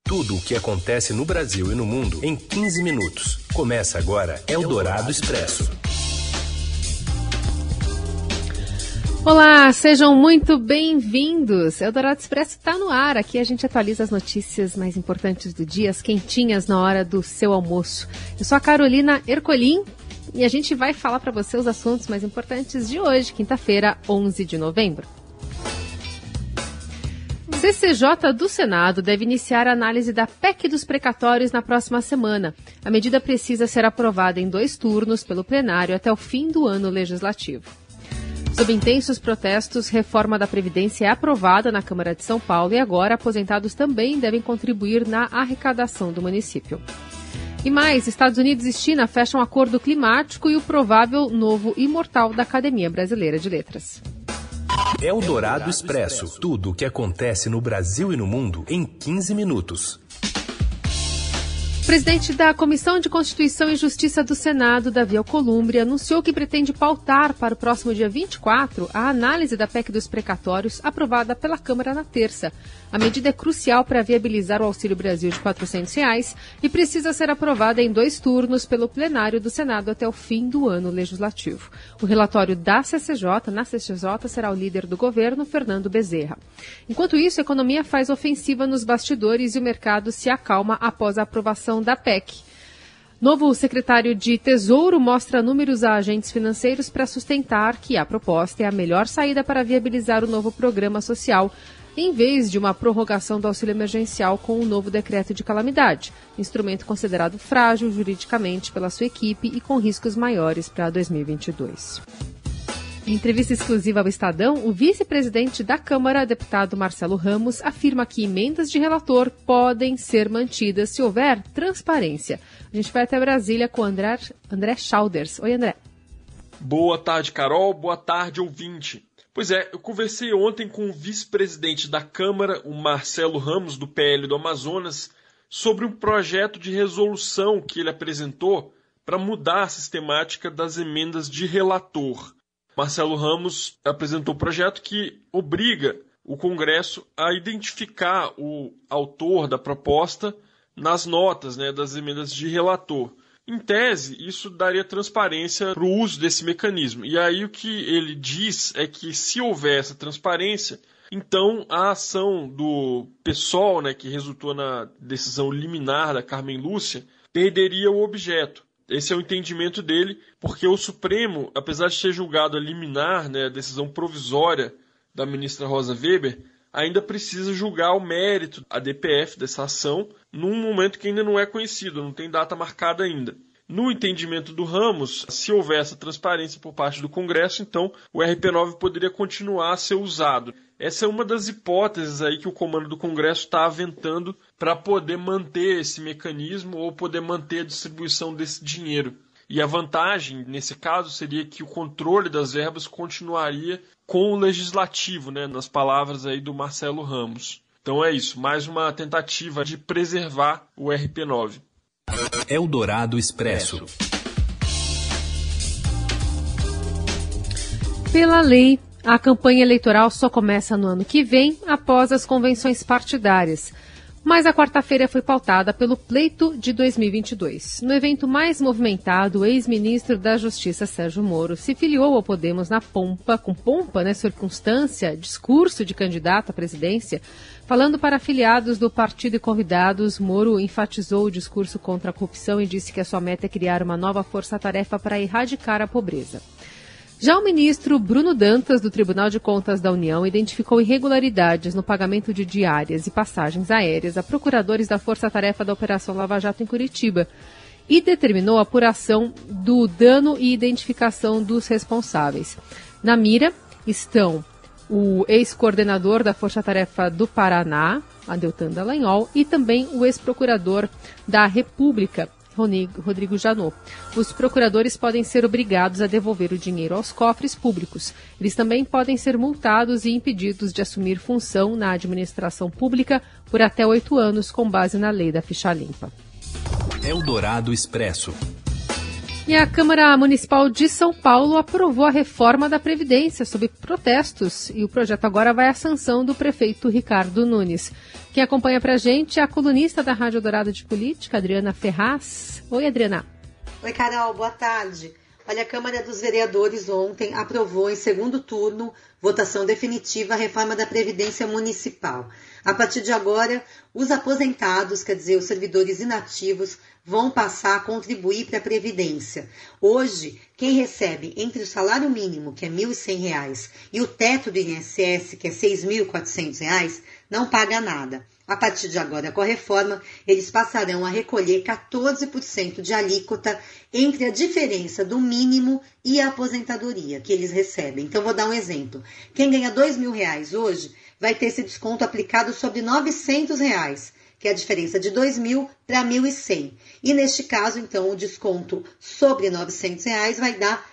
Tudo o que acontece no Brasil e no mundo em 15 minutos. Começa agora Eldorado Expresso. Olá, sejam muito bem-vindos. Eldorado Expresso está no ar. Aqui a gente atualiza as notícias mais importantes do dia, as quentinhas na hora do seu almoço. Eu sou a Carolina Ercolim e a gente vai falar para você os assuntos mais importantes de hoje, quinta-feira, 11 de novembro. O CCJ do Senado deve iniciar a análise da PEC dos precatórios na próxima semana. A medida precisa ser aprovada em 2 turnos pelo plenário até o fim do ano legislativo. Sob intensos protestos, reforma da Previdência é aprovada na Câmara de São Paulo e agora aposentados também devem contribuir na arrecadação do município. E mais, Estados Unidos e China fecham acordo climático e o provável novo imortal da Academia Brasileira de Letras. Eldorado Expresso. Tudo o que acontece no Brasil e no mundo em 15 minutos. O presidente da Comissão de Constituição e Justiça do Senado, Davi Alcolumbre, anunciou que pretende pautar para o próximo dia 24 a análise da PEC dos precatórios aprovada pela Câmara na terça. A medida é crucial para viabilizar o Auxílio Brasil de R$ 400 e precisa ser aprovada em 2 turnos pelo plenário do Senado até o fim do ano legislativo. O relatório da CCJ, na CCJ, será o líder do governo, Fernando Bezerra. Enquanto isso, a economia faz ofensiva nos bastidores e o mercado se acalma após a aprovação da PEC. Novo secretário de Tesouro mostra números a agentes financeiros para sustentar que a proposta é a melhor saída para viabilizar o novo programa social, em vez de uma prorrogação do auxílio emergencial com o novo decreto de calamidade, instrumento considerado frágil juridicamente pela sua equipe e com riscos maiores para 2022. Em entrevista exclusiva ao Estadão, o vice-presidente da Câmara, deputado Marcelo Ramos, afirma que emendas de relator podem ser mantidas se houver transparência. A gente vai até Brasília com André Schauders. Oi, André. Boa tarde, Carol. Boa tarde, ouvinte. Pois é, eu conversei ontem com o vice-presidente da Câmara, o Marcelo Ramos, do PL do Amazonas, sobre um projeto de resolução que ele apresentou para mudar a sistemática das emendas de relator. Marcelo Ramos apresentou um projeto que obriga o Congresso a identificar o autor da proposta nas notas, das emendas de relator. Em tese, isso daria transparência para o uso desse mecanismo. E aí o que ele diz é que se houver essa transparência, então a ação do PSOL, que resultou na decisão liminar da Carmen Lúcia, perderia o objeto. Esse é o entendimento dele, porque o Supremo, apesar de ser julgado a liminar, a decisão provisória da ministra Rosa Weber, ainda precisa julgar o mérito, a DPF dessa ação, num momento que ainda não é conhecido, não tem data marcada ainda. No entendimento do Ramos, se houver essa transparência por parte do Congresso, então o RP9 poderia continuar a ser usado. Essa é uma das hipóteses aí que o comando do Congresso está aventando para poder manter esse mecanismo ou poder manter a distribuição desse dinheiro. E a vantagem, nesse caso, seria que o controle das verbas continuaria com o Legislativo, nas palavras aí do Marcelo Ramos. Então é isso, mais uma tentativa de preservar o RP9. Eldorado Expresso. Pela lei, a campanha eleitoral só começa no ano que vem, após as convenções partidárias. Mas a quarta-feira foi pautada pelo pleito de 2022. No evento mais movimentado, o ex-ministro da Justiça, Sérgio Moro, se filiou ao Podemos com pompa, circunstância, discurso de candidato à presidência. Falando para afiliados do partido e convidados, Moro enfatizou o discurso contra a corrupção e disse que a sua meta é criar uma nova força-tarefa para erradicar a pobreza. Já o ministro Bruno Dantas, do Tribunal de Contas da União, identificou irregularidades no pagamento de diárias e passagens aéreas a procuradores da Força-Tarefa da Operação Lava Jato em Curitiba e determinou a apuração do dano e identificação dos responsáveis. Na mira estão o ex-coordenador da Força-Tarefa do Paraná, Adeltan Dallagnol, e também o ex-procurador da República, Rodrigo Janot. Os procuradores podem ser obrigados a devolver o dinheiro aos cofres públicos. Eles também podem ser multados e impedidos de assumir função na administração pública por até 8 anos, com base na lei da ficha limpa. Eldorado Expresso. E a Câmara Municipal de São Paulo aprovou a reforma da Previdência sob protestos e o projeto agora vai à sanção do prefeito Ricardo Nunes. Quem acompanha pra gente é a colunista da Rádio Dourado de Política, Adriana Ferraz. Oi, Adriana. Oi, Carol, boa tarde. Olha, a Câmara dos Vereadores ontem aprovou em segundo turno votação definitiva a reforma da Previdência Municipal. A partir de agora, os aposentados, quer dizer, os servidores inativos, vão passar a contribuir para a Previdência. Hoje, quem recebe entre o salário mínimo, que é R$ 1.100, e o teto do INSS, que é R$ 6.400, não paga nada. A partir de agora, com a reforma, eles passarão a recolher 14% de alíquota entre a diferença do mínimo e a aposentadoria que eles recebem. Então, vou dar um exemplo. Quem ganha R$ 2.000 hoje vai ter esse desconto aplicado sobre R$ 900, que é a diferença de R$ 2.000 para R$ 1.100. E neste caso, então, o desconto sobre R$ 900 vai dar R$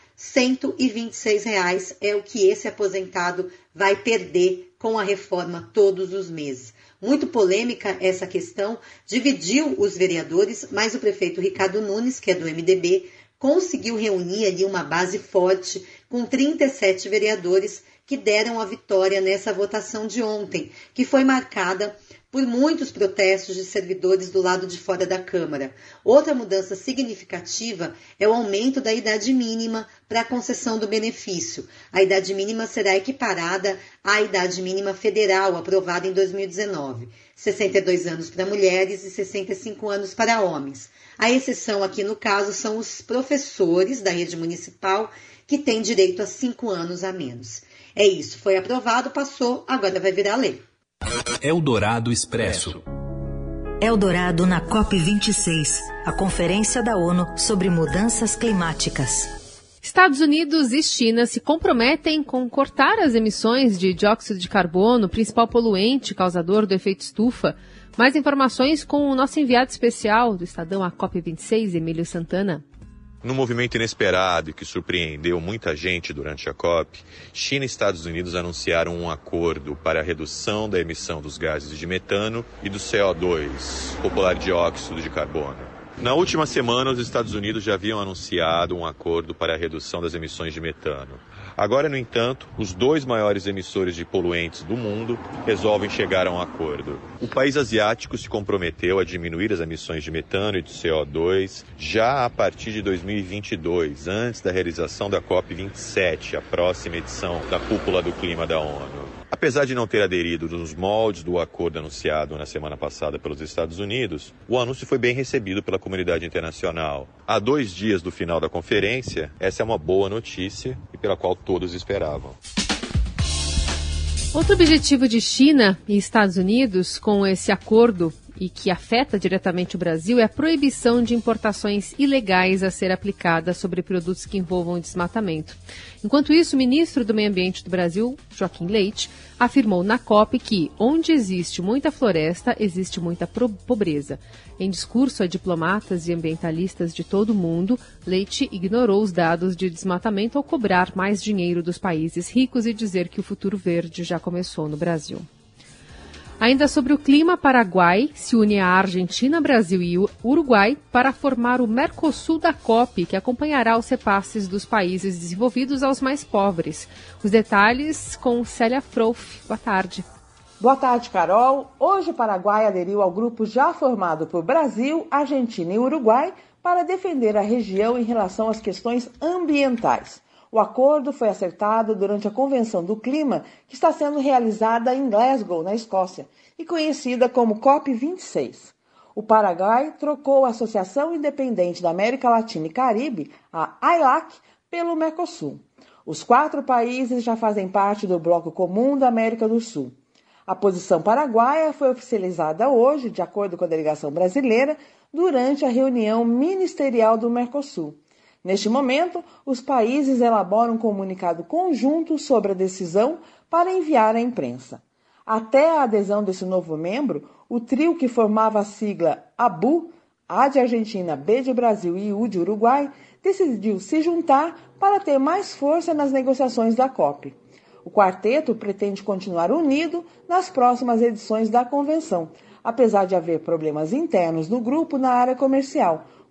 126, é o que esse aposentado vai perder com a reforma todos os meses. Muito polêmica essa questão, dividiu os vereadores, mas o prefeito Ricardo Nunes, que é do MDB, conseguiu reunir ali uma base forte com 37 vereadores que deram a vitória nessa votação de ontem, que foi marcada por muitos protestos de servidores do lado de fora da Câmara. Outra mudança significativa é o aumento da idade mínima para a concessão do benefício. A idade mínima será equiparada à idade mínima federal, aprovada em 2019. 62 anos para mulheres e 65 anos para homens. A exceção aqui no caso são os professores da rede municipal, que têm direito a 5 anos a menos. É isso, foi aprovado, passou, agora vai virar lei. Eldorado Expresso. Eldorado na COP26, a conferência da ONU sobre mudanças climáticas. Estados Unidos e China se comprometem com cortar as emissões de dióxido de carbono, principal poluente causador do efeito estufa. Mais informações com o nosso enviado especial do Estadão à COP26, Emílio Santana. Num movimento inesperado e que surpreendeu muita gente durante a COP, China e Estados Unidos anunciaram um acordo para a redução da emissão dos gases de metano e do CO2, popular dióxido de carbono. Na última semana, os Estados Unidos já haviam anunciado um acordo para a redução das emissões de metano. Agora, no entanto, os dois maiores emissores de poluentes do mundo resolvem chegar a um acordo. O país asiático se comprometeu a diminuir as emissões de metano e de CO2 já a partir de 2022, antes da realização da COP27, a próxima edição da Cúpula do Clima da ONU. Apesar de não ter aderido nos moldes do acordo anunciado na semana passada pelos Estados Unidos, o anúncio foi bem recebido pela comunidade internacional. Há 2 dias do final da conferência, essa é uma boa notícia e pela qual todos esperavam. Outro objetivo de China e Estados Unidos com esse acordo e que afeta diretamente o Brasil é a proibição de importações ilegais a ser aplicada sobre produtos que envolvam desmatamento. Enquanto isso, o ministro do Meio Ambiente do Brasil, Joaquim Leite, afirmou na COP que, onde existe muita floresta, existe muita pobreza. Em discurso a diplomatas e ambientalistas de todo o mundo, Leite ignorou os dados de desmatamento ao cobrar mais dinheiro dos países ricos e dizer que o futuro verde já começou no Brasil. Ainda sobre o clima, Paraguai se une à Argentina, Brasil e Uruguai para formar o Mercosul da COP, que acompanhará os repasses dos países desenvolvidos aos mais pobres. Os detalhes com Célia Frouf. Boa tarde. Boa tarde, Carol. Hoje o Paraguai aderiu ao grupo já formado por Brasil, Argentina e Uruguai para defender a região em relação às questões ambientais. O acordo foi acertado durante a Convenção do Clima, que está sendo realizada em Glasgow, na Escócia, e conhecida como COP26. O Paraguai trocou a Associação Independente da América Latina e Caribe, a AILAC, pelo Mercosul. Os 4 países já fazem parte do Bloco Comum da América do Sul. A posição paraguaia foi oficializada hoje, de acordo com a delegação brasileira, durante a reunião ministerial do Mercosul. Neste momento, os países elaboram um comunicado conjunto sobre a decisão para enviar à imprensa. Até a adesão desse novo membro, o trio que formava a sigla ABU, A de Argentina, B de Brasil e U de Uruguai, decidiu se juntar para ter mais força nas negociações da COP. O quarteto pretende continuar unido nas próximas edições da convenção, apesar de haver problemas internos no grupo na área comercial,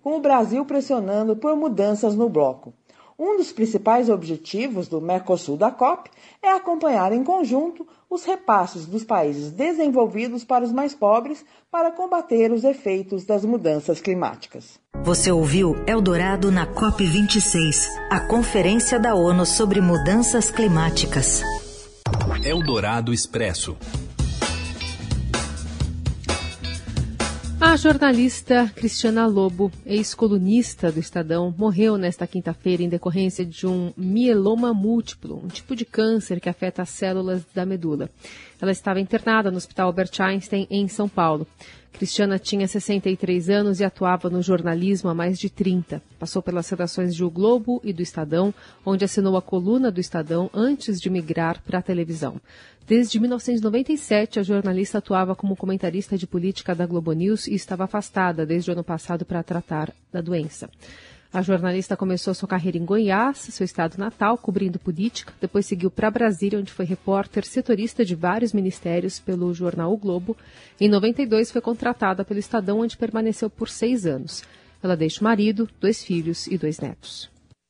com o Brasil pressionando por mudanças no bloco. Um dos principais objetivos do Mercosul da COP é acompanhar em conjunto os repasses dos países desenvolvidos para os mais pobres para combater os efeitos das mudanças climáticas. Você ouviu Eldorado na COP26, a Conferência da ONU sobre Mudanças Climáticas. Eldorado Expresso. A jornalista Cristiana Lobo, ex-colunista do Estadão, morreu nesta quinta-feira em decorrência de um mieloma múltiplo, um tipo de câncer que afeta as células da medula. Ela estava internada no Hospital Albert Einstein, em São Paulo. Cristiana tinha 63 anos e atuava no jornalismo há mais de 30. Passou pelas redações de O Globo e do Estadão, onde assinou a coluna do Estadão antes de migrar para a televisão. Desde 1997, a jornalista atuava como comentarista de política da Globo News e estava afastada desde o ano passado para tratar da doença. A jornalista começou sua carreira em Goiás, seu estado natal, cobrindo política. Depois seguiu para Brasília, onde foi repórter setorista de vários ministérios pelo jornal O Globo. Em 92, foi contratada pelo Estadão, onde permaneceu por 6 anos. Ela deixa o marido, 2 filhos e 2 netos.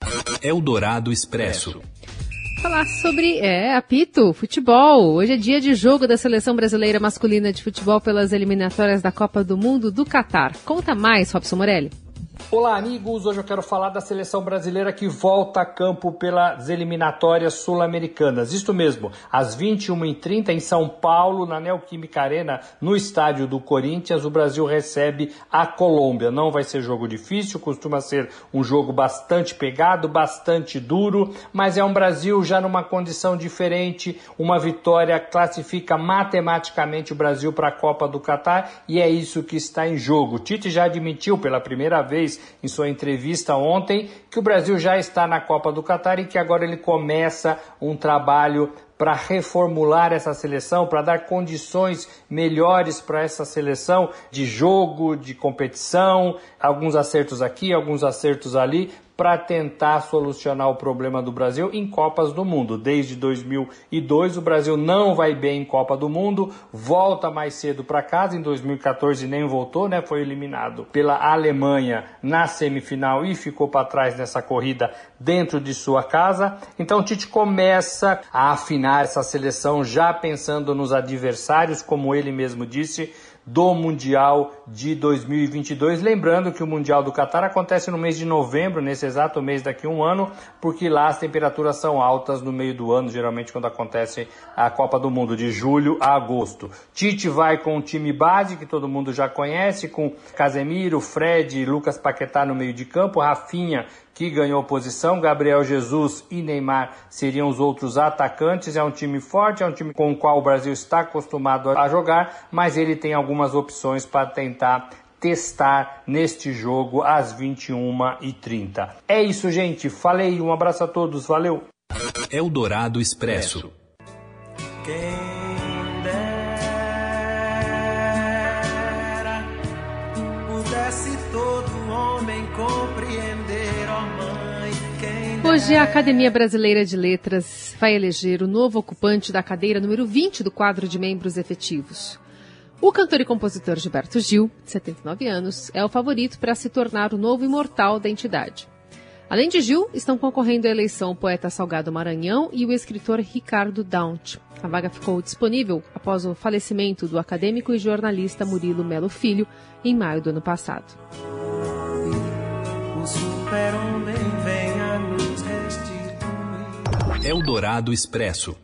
Eldorado Expresso. Falar sobre, apito, futebol. Hoje é dia de jogo da Seleção Brasileira Masculina de Futebol pelas eliminatórias da Copa do Mundo do Catar. Conta mais, Robson Morelli. Olá, amigos. Hoje eu quero falar da seleção brasileira que volta a campo pelas eliminatórias sul-americanas. Isto mesmo, às 21h30 em São Paulo, na Neoquímica Arena, no estádio do Corinthians, o Brasil recebe a Colômbia. Não vai ser jogo difícil, costuma ser um jogo bastante pegado, bastante duro, mas é um Brasil já numa condição diferente. Uma vitória classifica matematicamente o Brasil para a Copa do Catar e é isso que está em jogo. Tite já admitiu pela primeira vez em sua entrevista ontem que o Brasil já está na Copa do Catar e que agora ele começa um trabalho para reformular essa seleção, para dar condições melhores para essa seleção de jogo, de competição, alguns acertos aqui, alguns acertos ali, para tentar solucionar o problema do Brasil em Copas do Mundo. Desde 2002 o Brasil não vai bem em Copa do Mundo, volta mais cedo para casa, em 2014 nem voltou, né? Foi eliminado pela Alemanha na semifinal e ficou para trás nessa corrida dentro de sua casa. Então o Tite começa a afinar essa seleção já pensando nos adversários, como ele mesmo disse, do Mundial de 2022. Lembrando que o Mundial do Catar acontece no mês de novembro, nesse exato mês daqui a um ano, porque lá as temperaturas são altas no meio do ano, geralmente quando acontece a Copa do Mundo, de julho a agosto. Tite vai com o time base, que todo mundo já conhece, com Casemiro, Fred, Lucas Paquetá no meio de campo, Rafinha, que ganhou posição, Gabriel Jesus e Neymar seriam os outros atacantes. É um time forte, é um time com o qual o Brasil está acostumado a jogar, mas ele tem algumas opções para tentar testar neste jogo às 21h30. É isso, gente. Falei, um abraço a todos, valeu! Eldorado Expresso. Quem dera pudesse todo homem compreender. Hoje a Academia Brasileira de Letras vai eleger o novo ocupante da cadeira número 20 do quadro de membros efetivos. O cantor e compositor Gilberto Gil, de 79 anos, é o favorito para se tornar o novo imortal da entidade. Além de Gil, estão concorrendo à eleição o poeta Salgado Maranhão e o escritor Ricardo Daunt. A vaga ficou disponível após o falecimento do acadêmico e jornalista Murilo Melo Filho, em maio do ano passado. O super-homem vem a nos restituir. Eldorado Expresso.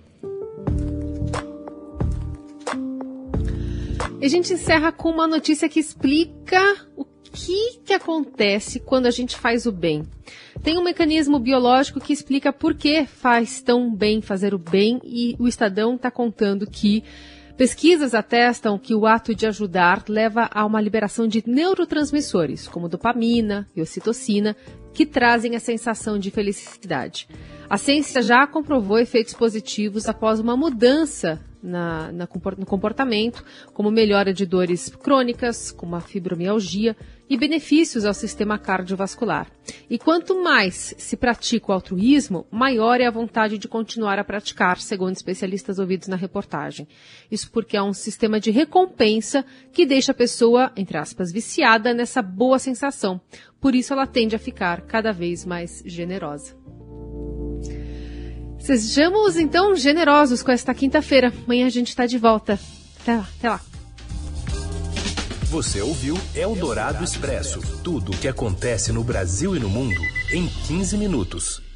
E a gente encerra com uma notícia que explica o que acontece quando a gente faz o bem. Tem um mecanismo biológico que explica por que faz tão bem fazer o bem, e o Estadão está contando que pesquisas atestam que o ato de ajudar leva a uma liberação de neurotransmissores, como dopamina e ocitocina, que trazem a sensação de felicidade. A ciência já comprovou efeitos positivos após uma mudança no comportamento, como melhora de dores crônicas, como a fibromialgia, e benefícios ao sistema cardiovascular. E quanto mais se pratica o altruísmo, maior é a vontade de continuar a praticar, segundo especialistas ouvidos na reportagem. Isso porque é um sistema de recompensa que deixa a pessoa, entre aspas, viciada nessa boa sensação. Por isso ela tende a ficar cada vez mais generosa. Sejamos, então, generosos com esta quinta-feira. Amanhã a gente está de volta. Até lá. Você ouviu Eldorado Expresso. Tudo o que acontece no Brasil e no mundo em 15 minutos.